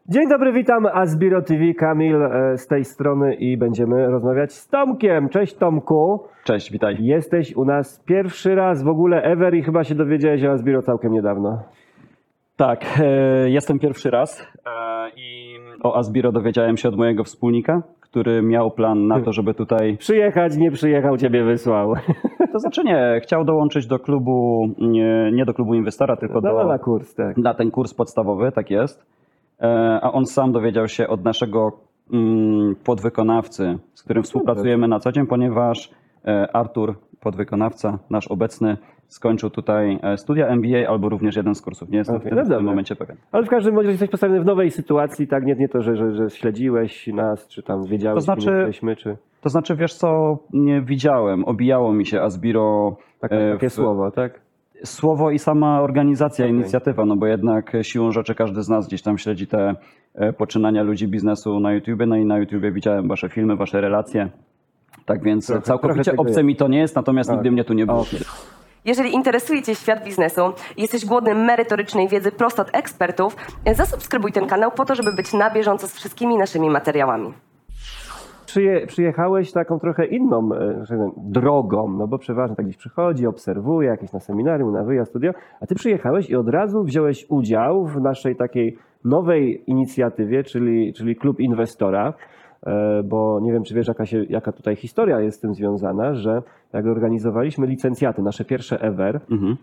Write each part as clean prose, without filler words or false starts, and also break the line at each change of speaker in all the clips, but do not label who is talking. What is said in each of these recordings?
Dzień dobry, witam Asbiro TV, Kamil z tej strony i będziemy rozmawiać z Tomkiem. Cześć Tomku.
Cześć, witaj.
Jesteś u nas pierwszy raz w ogóle ever i chyba się dowiedziałeś o Asbiro całkiem niedawno.
Tak, jestem pierwszy raz i o Asbiro dowiedziałem się od mojego wspólnika, który miał plan na to, żeby tutaj...
Przyjechać, nie przyjechał, ciebie wysłał.
To znaczy nie, chciał dołączyć do klubu, nie do klubu inwestora, tylko
Na kurs, tak.
na ten kurs podstawowy, tak jest. A on sam dowiedział się od naszego podwykonawcy, z którym współpracujemy na co dzień, ponieważ Artur, podwykonawca, nasz obecny, skończył tutaj studia MBA albo również jeden z kursów. Nie jestem w tym momencie pewien.
Ale w każdym razie jesteś postawiony w nowej sytuacji, tak? Nie to, że śledziłeś nas, czy tam wiedziałeś,
To znaczy,
kim jesteśmy, czy...
To znaczy, wiesz co, nie widziałem, obijało mi się Asbiro.
Takie słowo, tak?
Słowo i sama organizacja, inicjatywa, no bo jednak siłą rzeczy każdy z nas gdzieś tam śledzi te poczynania ludzi biznesu na YouTubie, no i na YouTubie widziałem wasze filmy, wasze relacje. Tak więc całkowicie obce mi to nie jest, natomiast nigdy mnie tu nie było.
Jeżeli interesuje Cię świat biznesu i jesteś głodny merytorycznej wiedzy prosto od ekspertów, zasubskrybuj ten kanał po to, żeby być na bieżąco z wszystkimi naszymi materiałami.
Przyjechałeś taką trochę inną drogą, no bo przeważnie tak gdzieś przychodzi, obserwuje jakieś na seminarium, na wyjazd, studio, a ty przyjechałeś i od razu wziąłeś udział w naszej takiej nowej inicjatywie, czyli Klub Inwestora, bo nie wiem, czy wiesz, jaka tutaj historia jest z tym związana, że jak organizowaliśmy licencjaty, nasze pierwsze ever,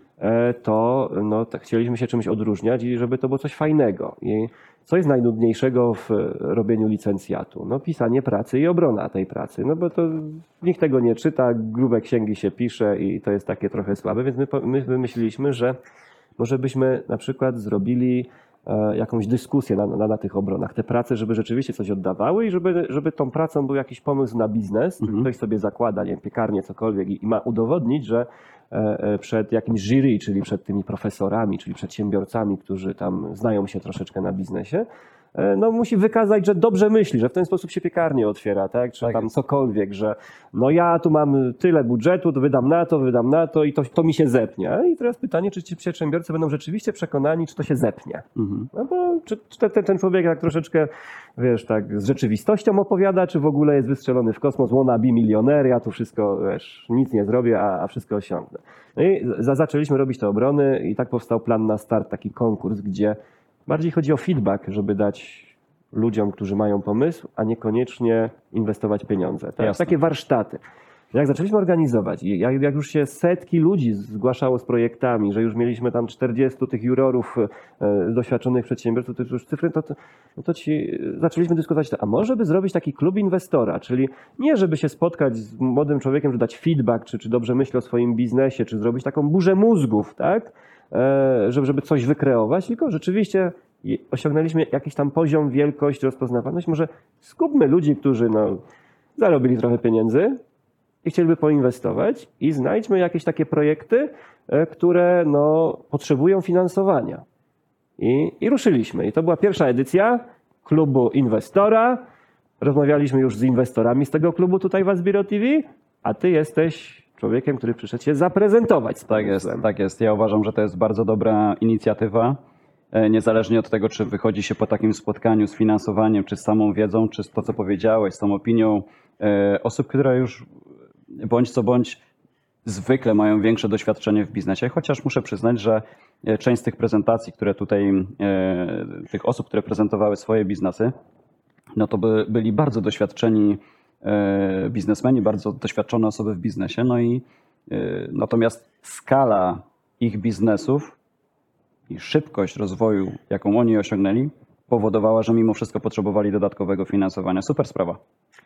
to chcieliśmy się czymś odróżniać i żeby to było coś fajnego. I co jest najnudniejszego w robieniu licencjatu? No pisanie pracy i obrona tej pracy, no bo to nikt tego nie czyta, grube księgi się pisze i to jest takie trochę słabe, więc my wymyśliliśmy, że może byśmy na przykład zrobili jakąś dyskusję na tych obronach, te prace, żeby rzeczywiście coś oddawały i żeby tą pracą był jakiś pomysł na biznes. Ktoś sobie zakłada, nie wiem, piekarnię, cokolwiek i ma udowodnić, że przed jakimś jury, czyli przed tymi profesorami, czyli przedsiębiorcami, którzy tam znają się troszeczkę na biznesie, no musi wykazać, że dobrze myśli, że w ten sposób się piekarnię otwiera, tak? Czy tam cokolwiek, że no ja tu mam tyle budżetu, to wydam na to i to mi się zepnie. I teraz pytanie, czy ci przedsiębiorcy będą rzeczywiście przekonani, czy to się zepnie. No bo czy ten człowiek tak troszeczkę, wiesz, tak z rzeczywistością opowiada, czy w ogóle jest wystrzelony w kosmos, wannabe milioner, ja tu wszystko, wiesz, nic nie zrobię, a wszystko osiągnę. No i zaczęliśmy robić te obrony i tak powstał plan na start, taki konkurs, gdzie bardziej chodzi o feedback, żeby dać ludziom, którzy mają pomysł, a niekoniecznie inwestować pieniądze. Tak? Takie warsztaty. Jak zaczęliśmy organizować i jak już się setki ludzi zgłaszało z projektami, że już mieliśmy tam 40 tych jurorów, doświadczonych przedsiębiorców, to już cyfry, zaczęliśmy dyskutować, a może by zrobić taki klub inwestora, czyli nie żeby się spotkać z młodym człowiekiem, że dać feedback, czy dobrze myśli o swoim biznesie, czy zrobić taką burzę mózgów, tak? Żeby coś wykreować, tylko rzeczywiście osiągnęliśmy jakiś tam poziom, wielkość, rozpoznawalność. Może skupmy ludzi, którzy zarobili trochę pieniędzy i chcieliby poinwestować i znajdźmy jakieś takie projekty, które potrzebują finansowania. I ruszyliśmy. I to była pierwsza edycja klubu inwestora. Rozmawialiśmy już z inwestorami z tego klubu tutaj w Asbiro TV, a ty jesteś człowiekiem, który przyszedł się zaprezentować.
Tak jest. Ja uważam, że to jest bardzo dobra inicjatywa. Niezależnie od tego, czy wychodzi się po takim spotkaniu z finansowaniem, czy z samą wiedzą, czy z to, co powiedziałeś, z tą opinią osób, które już bądź co bądź zwykle mają większe doświadczenie w biznesie, chociaż muszę przyznać, że część z tych prezentacji, które tutaj, tych osób, które prezentowały swoje biznesy, no to byli bardzo doświadczeni biznesmeni, bardzo doświadczone osoby w biznesie, no i natomiast skala ich biznesów i szybkość rozwoju, jaką oni osiągnęli, powodowała, że mimo wszystko potrzebowali dodatkowego finansowania. Super sprawa.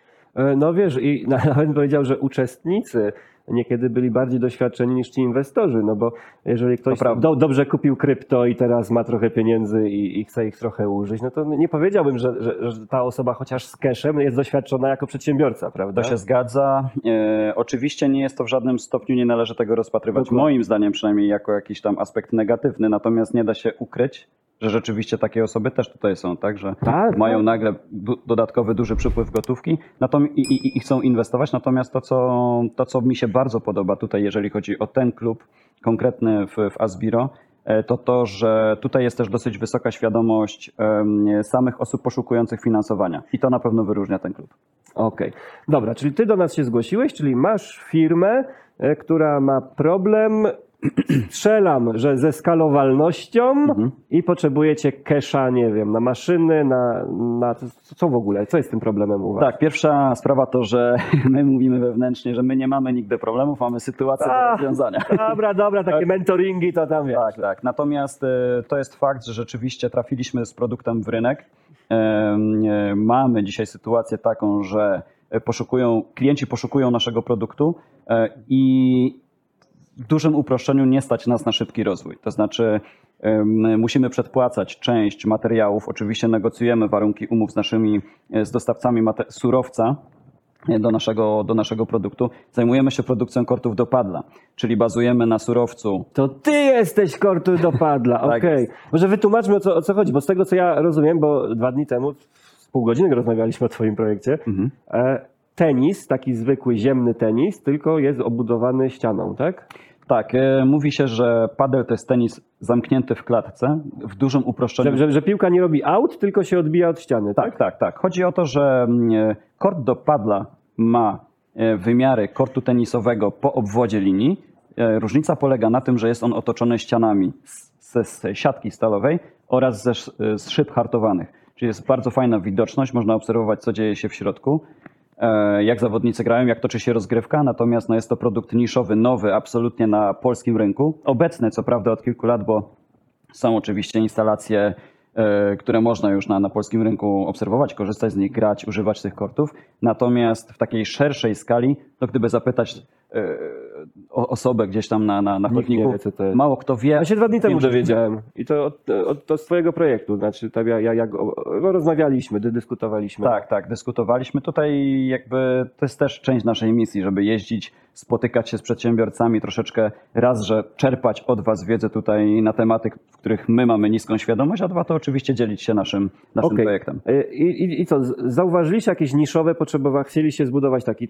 No wiesz, i nawet powiedział, że uczestnicy niekiedy byli bardziej doświadczeni niż ci inwestorzy, no bo jeżeli ktoś dobrze kupił krypto i teraz ma trochę pieniędzy i chce ich trochę użyć, no to nie powiedziałbym, że ta osoba chociaż z cashem jest doświadczona jako przedsiębiorca, prawda?
To się zgadza. Oczywiście nie jest to w żadnym stopniu, nie należy tego rozpatrywać, moim zdaniem przynajmniej, jako jakiś tam aspekt negatywny, natomiast nie da się ukryć, że rzeczywiście takie osoby też tutaj są, tak? Że mają nagle dodatkowy, duży przypływ gotówki i chcą inwestować. Natomiast to, co mi się bardzo podoba tutaj, jeżeli chodzi o ten klub konkretny w Asbiro, to, że tutaj jest też dosyć wysoka świadomość samych osób poszukujących finansowania i to na pewno wyróżnia ten klub.
Okej. Dobra, czyli ty do nas się zgłosiłeś, czyli masz firmę, która ma problem, strzelam, że ze skalowalnością i potrzebujecie casha, nie wiem, na maszyny, na co w ogóle? Co jest tym problemem u was?
Tak, pierwsza sprawa to, że my mówimy wewnętrznie, że my nie mamy nigdy problemów, mamy sytuację do rozwiązania.
Dobra, takie mentoringi to tam wiesz.
Tak. Natomiast to jest fakt, że rzeczywiście trafiliśmy z produktem w rynek. Mamy dzisiaj sytuację taką, że klienci poszukują naszego produktu i w dużym uproszczeniu nie stać nas na szybki rozwój. To znaczy musimy przedpłacać część materiałów, oczywiście negocjujemy warunki umów z dostawcami surowca do naszego produktu. Zajmujemy się produkcją kortów do padla, czyli bazujemy na surowcu.
To ty jesteś kortu do padla,
Tak
okej.
jest.
Może wytłumaczmy o co chodzi, bo z tego co ja rozumiem, bo 2 dni temu, z pół godziny rozmawialiśmy o twoim projekcie, tenis, taki zwykły ziemny tenis, tylko jest obudowany ścianą, tak?
Tak, mówi się, że padel to jest tenis zamknięty w klatce, w dużym uproszczeniu.
Że piłka nie robi out, tylko się odbija od ściany, tak?
Tak. Chodzi o to, że kort do padla ma wymiary kortu tenisowego po obwodzie linii. Różnica polega na tym, że jest on otoczony ścianami z siatki stalowej oraz z szyb hartowanych. Czyli jest bardzo fajna widoczność, można obserwować, co dzieje się w środku, jak zawodnicy grają, jak toczy się rozgrywka, natomiast jest to produkt niszowy, nowy, absolutnie na polskim rynku. Obecny co prawda od kilku lat, bo są oczywiście instalacje, które można już na polskim rynku obserwować, korzystać z nich, grać, używać tych kortów. Natomiast w takiej szerszej skali, to gdyby zapytać osobę gdzieś tam na chodniku,
wie, co to jest.
mało kto wie.
Ja się 2 dni temu
Wiem, że-
dowiedziałem i to z twojego projektu, znaczy tam rozmawialiśmy, dyskutowaliśmy.
Tak, dyskutowaliśmy. Tutaj jakby to jest też część naszej misji, żeby jeździć, spotykać się z przedsiębiorcami, troszeczkę raz, że czerpać od was wiedzę tutaj na tematy, w których my mamy niską świadomość, a dwa to oczywiście dzielić się naszym
Okej.
projektem.
I co, zauważyliście jakieś niszowe potrzeby, chcieliście zbudować taki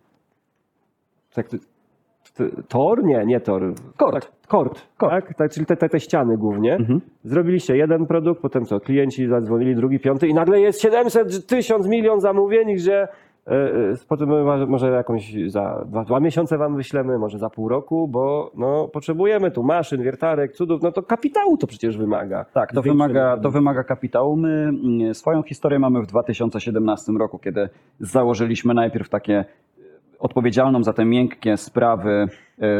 tor? Nie tor.
Kort.
Kort. Tak? Czyli te ściany głównie. Zrobiliście jeden produkt, potem co, klienci zadzwonili, drugi, piąty i nagle jest 700, 1000, milion zamówień, gdzie potem może jakąś za 2 miesiące wam wyślemy, może za pół roku, bo potrzebujemy tu maszyn, wiertarek, cudów, to kapitału to przecież wymaga.
Tak, to wymaga kapitału. My swoją historię mamy w 2017 roku, kiedy założyliśmy najpierw takie odpowiedzialną za te miękkie sprawy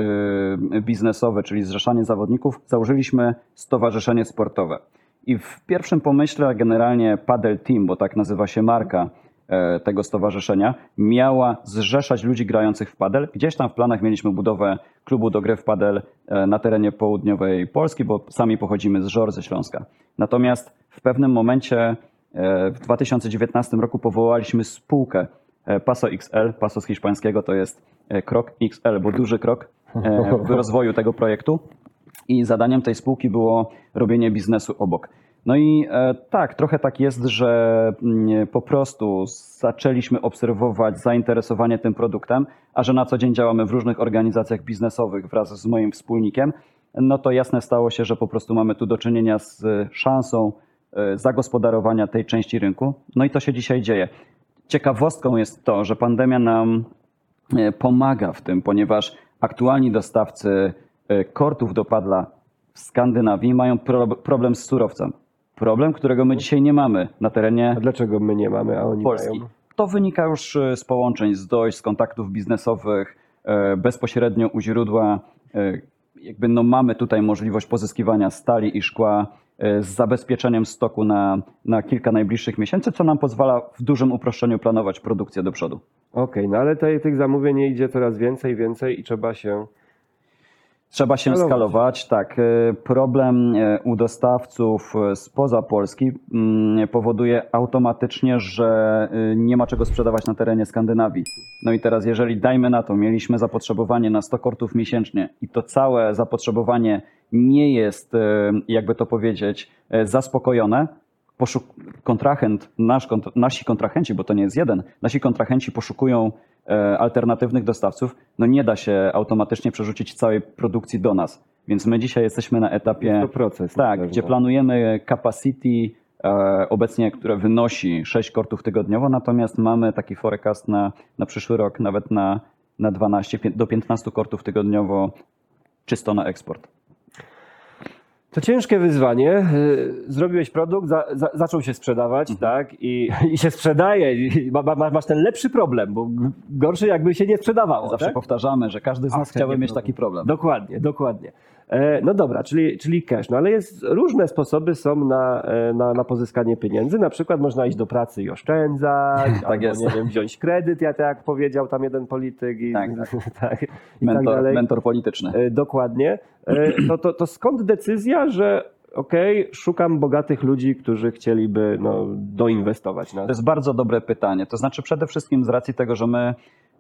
biznesowe, czyli zrzeszanie zawodników, założyliśmy stowarzyszenie sportowe. I w pierwszym pomyśle generalnie Padel Team, bo tak nazywa się marka tego stowarzyszenia, miała zrzeszać ludzi grających w padel. Gdzieś tam w planach mieliśmy budowę klubu do gry w padel na terenie południowej Polski, bo sami pochodzimy z Żor, ze Śląska. Natomiast w pewnym momencie w 2019 roku powołaliśmy spółkę Paso XL, Paso z hiszpańskiego to jest krok XL, bo duży krok w rozwoju tego projektu i zadaniem tej spółki było robienie biznesu obok. No i tak, trochę tak jest, że po prostu zaczęliśmy obserwować zainteresowanie tym produktem, a że na co dzień działamy w różnych organizacjach biznesowych wraz z moim wspólnikiem, no to jasne stało się, że po prostu mamy tu do czynienia z szansą zagospodarowania tej części rynku. No i to się dzisiaj dzieje. Ciekawostką jest to, że pandemia nam pomaga w tym, ponieważ aktualni dostawcy kortów do padla w Skandynawii mają problem z surowcem. Problem, którego my dzisiaj nie mamy na terenie
A dlaczego my nie mamy, a oni
Polski.
mają?
To wynika już z połączeń, z dojść, z kontaktów biznesowych, bezpośrednio u źródła. Jakby mamy tutaj możliwość pozyskiwania stali i szkła z zabezpieczeniem stoku na kilka najbliższych miesięcy, co nam pozwala w dużym uproszczeniu planować produkcję do przodu.
Okej, ale tych zamówień idzie coraz więcej i trzeba się...
Trzeba się skalować, tak. Problem u dostawców spoza Polski powoduje automatycznie, że nie ma czego sprzedawać na terenie Skandynawii. No i teraz, jeżeli dajmy na to, mieliśmy zapotrzebowanie na 100 kortów miesięcznie i to całe zapotrzebowanie nie jest, jakby to powiedzieć, zaspokojone, nasi kontrahenci, bo to nie jest jeden, nasi kontrahenci poszukują alternatywnych dostawców, no nie da się automatycznie przerzucić całej produkcji do nas. Więc my dzisiaj jesteśmy na etapie,
Jest to proces. na
tak,
pewno.
gdzie planujemy capacity obecnie, które wynosi 6 kortów tygodniowo, natomiast mamy taki forecast na przyszły rok nawet na 12 do 15 kortów tygodniowo czysto na eksport.
To ciężkie wyzwanie. Zrobiłeś produkt, zaczął się sprzedawać, tak? I się sprzedaje. I masz ten lepszy problem, bo gorszy jakby się nie sprzedawało.
Zawsze
tak?
powtarzamy, że każdy z nas chciałby mieć taki problem.
Dokładnie, dokładnie. No dobra, czyli cash. No ale różne sposoby są na pozyskanie pieniędzy. Na przykład można iść do pracy i oszczędzać,
Tak
albo
jest.
nie wiem, wziąć kredyt, jak powiedział tam jeden polityk i
Tak,
tak, i tak dalej.
Mentor polityczny.
Dokładnie. To skąd decyzja, że szukam bogatych ludzi, którzy chcieliby doinwestować?
To jest bardzo dobre pytanie. To znaczy przede wszystkim z racji tego, że my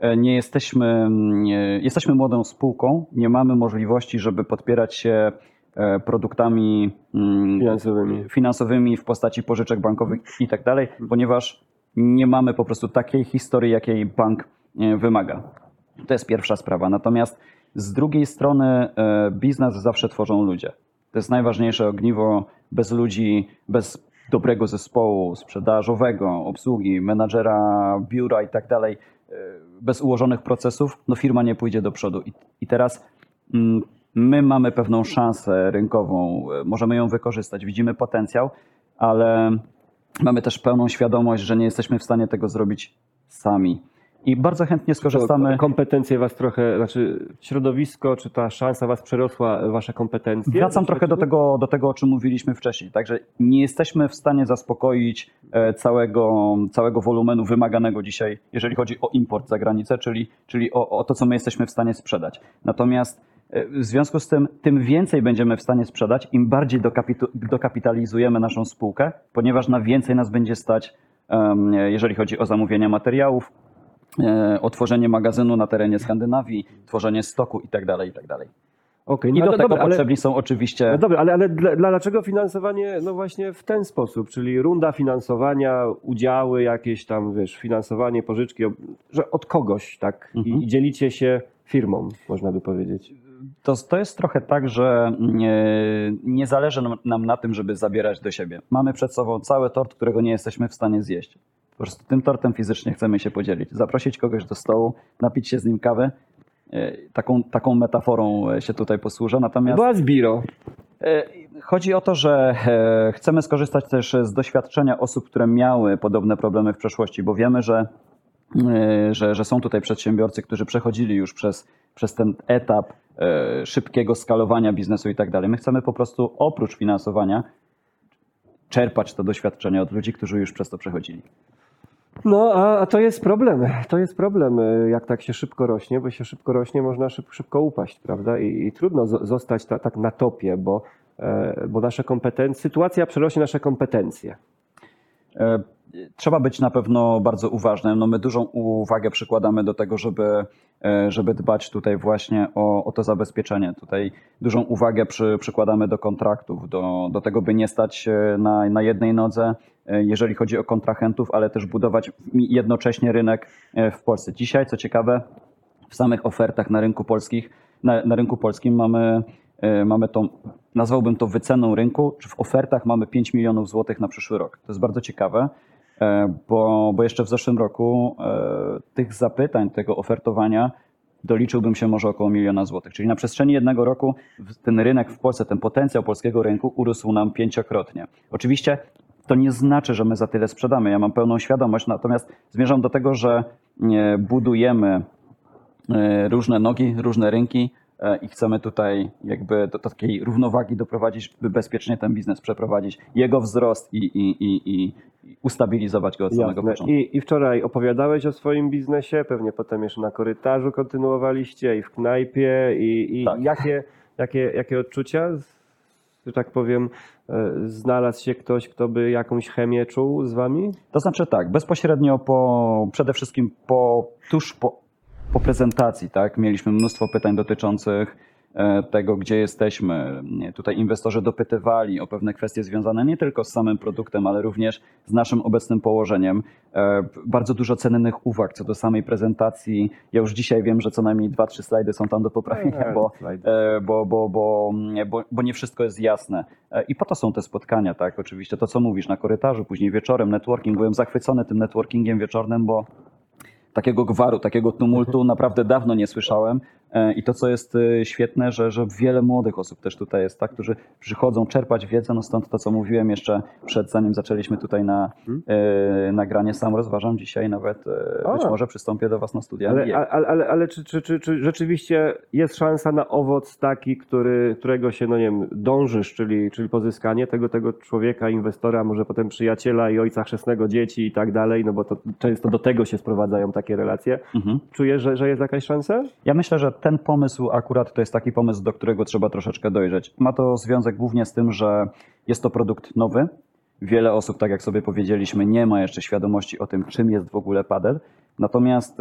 jesteśmy młodą spółką, nie mamy możliwości, żeby podpierać się produktami finansowymi w postaci pożyczek bankowych i tak dalej, ponieważ nie mamy po prostu takiej historii, jakiej bank wymaga. To jest pierwsza sprawa. Natomiast z drugiej strony biznes zawsze tworzą ludzie. To jest najważniejsze ogniwo. Bez ludzi, bez dobrego zespołu sprzedażowego, obsługi, menadżera, biura i tak dalej, bez ułożonych procesów, firma nie pójdzie do przodu. I teraz my mamy pewną szansę rynkową, możemy ją wykorzystać, widzimy potencjał, ale mamy też pełną świadomość, że nie jesteśmy w stanie tego zrobić sami. I bardzo chętnie skorzystamy.
Kompetencje was trochę, znaczy środowisko, czy ta szansa was przerosła wasze kompetencje?
Wracam trochę do tego, o czym mówiliśmy wcześniej. Także nie jesteśmy w stanie zaspokoić całego wolumenu wymaganego dzisiaj, jeżeli chodzi o import za granicę, czyli o to, co my jesteśmy w stanie sprzedać. Natomiast w związku z tym więcej będziemy w stanie sprzedać, im bardziej dokapitalizujemy naszą spółkę, ponieważ na więcej nas będzie stać, jeżeli chodzi o zamówienia materiałów, otworzenie magazynu na terenie Skandynawii, tworzenie stoku i tak dalej, i tak dalej.
Okay,
I do tego potrzebni są oczywiście...
No dobra, ale dlaczego finansowanie właśnie w ten sposób, czyli runda finansowania, udziały jakieś tam, finansowanie, pożyczki, że od kogoś, tak? I dzielicie się firmą, można by powiedzieć.
To jest trochę tak, że nie zależy nam na tym, żeby zabierać do siebie. Mamy przed sobą cały tort, którego nie jesteśmy w stanie zjeść. Po prostu tym tortem fizycznie chcemy się podzielić. Zaprosić kogoś do stołu, napić się z nim kawy. Taką metaforą się tutaj posłużę. Natomiast
Była zbiro.
chodzi o to, że chcemy skorzystać też z doświadczenia osób, które miały podobne problemy w przeszłości, bo wiemy, że są tutaj przedsiębiorcy, którzy przechodzili już przez ten etap szybkiego skalowania biznesu i tak dalej. My chcemy po prostu oprócz finansowania czerpać to doświadczenie od ludzi, którzy już przez to przechodzili.
No, a to jest problem. To jest problem, jak tak się szybko rośnie, bo się szybko rośnie, można szybko upaść, prawda? I trudno zostać tak na topie, bo nasze kompetencje, sytuacja przerośnie nasze kompetencje.
Trzeba być na pewno bardzo uważnym. My dużą uwagę przykładamy do tego, żeby dbać tutaj właśnie o to zabezpieczenie. Tutaj dużą uwagę przykładamy do kontraktów, do tego, by nie stać na jednej nodze, jeżeli chodzi o kontrahentów, ale też budować jednocześnie rynek w Polsce. Dzisiaj, co ciekawe, w samych ofertach na rynku polskim mamy tą, nazwałbym to wyceną rynku, czy w ofertach mamy 5 milionów złotych na przyszły rok. To jest bardzo ciekawe, bo jeszcze w zeszłym roku tych zapytań, tego ofertowania doliczyłbym się może około 1 miliona złotych. Czyli na przestrzeni jednego roku ten rynek w Polsce, ten potencjał polskiego rynku urósł nam 5-krotnie. Oczywiście to nie znaczy, że my za tyle sprzedamy. Ja mam pełną świadomość, natomiast zmierzam do tego, że budujemy różne nogi, różne rynki i chcemy tutaj jakby do takiej równowagi doprowadzić, by bezpiecznie ten biznes przeprowadzić, jego wzrost i ustabilizować go od samego początku.
I wczoraj opowiadałeś o swoim biznesie, pewnie potem jeszcze na korytarzu kontynuowaliście i w knajpie i
Tak.
jakie odczucia? Że tak powiem, znalazł się ktoś, kto by jakąś chemię czuł z wami?
To znaczy tak, bezpośrednio przede wszystkim tuż po prezentacji, tak, mieliśmy mnóstwo pytań dotyczących tego, gdzie jesteśmy. Tutaj inwestorzy dopytywali o pewne kwestie związane nie tylko z samym produktem, ale również z naszym obecnym położeniem. Bardzo dużo cennych uwag co do samej prezentacji. Ja już dzisiaj wiem, że co najmniej 2-3 slajdy są tam do poprawienia, bo nie wszystko jest jasne. I po to są te spotkania, tak? Oczywiście to, co mówisz na korytarzu, później wieczorem, networking. Byłem zachwycony tym networkingiem wieczornym, bo takiego gwaru, takiego tumultu naprawdę dawno nie słyszałem. I to, co jest świetne, że wiele młodych osób też tutaj jest, tak, którzy przychodzą czerpać wiedzę, no stąd to, co mówiłem jeszcze zanim zaczęliśmy tutaj na nagranie, sam rozważam dzisiaj nawet, być może przystąpię do was na studia.
Ale czy rzeczywiście jest szansa na owoc taki, którego się, no nie wiem, dążysz, czyli pozyskanie tego człowieka, inwestora, może potem przyjaciela i ojca chrzestnego dzieci i tak dalej, no bo to często do tego się sprowadzają takie relacje. Czujesz, że jest jakaś szansa?
Ja myślę, że ten pomysł akurat to jest taki pomysł, do którego trzeba troszeczkę dojrzeć. Ma to związek głównie z tym, że jest to produkt nowy. Wiele osób, tak jak sobie powiedzieliśmy, nie ma jeszcze świadomości o tym, czym jest w ogóle padel. Natomiast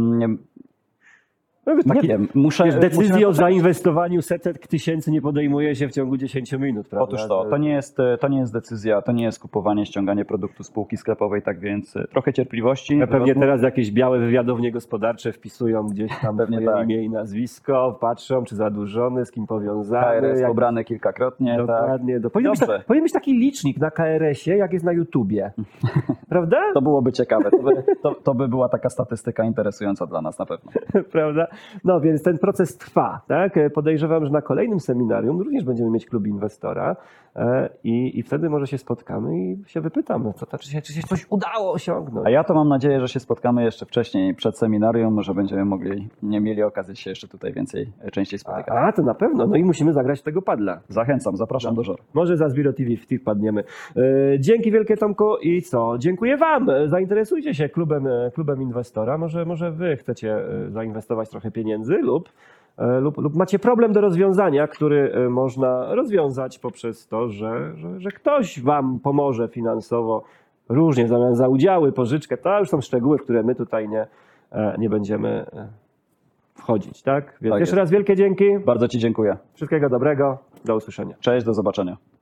nie wiem,
decyzji o zainwestowaniu setek tysięcy nie podejmuje się w ciągu 10 minut, prawda?
Otóż to nie jest decyzja, to nie jest kupowanie, ściąganie produktu z półki sklepowej, tak więc trochę cierpliwości.
Pewnie teraz jakieś białe wywiadownie gospodarcze wpisują gdzieś tam imię i nazwisko, patrzą, czy zadłużony, z kim powiązany.
KRS pobrany kilkakrotnie.
Dokładnie.
Tak.
Powinien być taki licznik na KRS-ie, jak jest na YouTubie. Prawda?
To byłoby ciekawe. To by była taka statystyka interesująca dla nas na pewno.
Prawda? No więc ten proces trwa, tak? Podejrzewam, że na kolejnym seminarium również będziemy mieć klub inwestora i wtedy może się spotkamy i się wypytamy, czy się coś udało osiągnąć.
A ja to mam nadzieję, że się spotkamy jeszcze wcześniej, przed seminarium, że będziemy mieli okazję się jeszcze tutaj częściej spotykać.
To na pewno. No i musimy zagrać w tego padla.
Zachęcam, zapraszam do żory.
Może za Zbiro TV w tych padniemy. Dzięki wielkie, Tomku, i co? Dziękuję wam. Zainteresujcie się klubem inwestora. Może wy chcecie zainwestować trochę pieniędzy lub macie problem do rozwiązania, który można rozwiązać poprzez to, że ktoś wam pomoże finansowo, różnie w zamian za udziały, pożyczkę. To już są szczegóły, w które my tutaj nie będziemy wchodzić, tak? Więc
Tak
jeszcze
jest.
raz wielkie dzięki.
Bardzo ci dziękuję.
Wszystkiego dobrego. Do usłyszenia.
Cześć, do zobaczenia.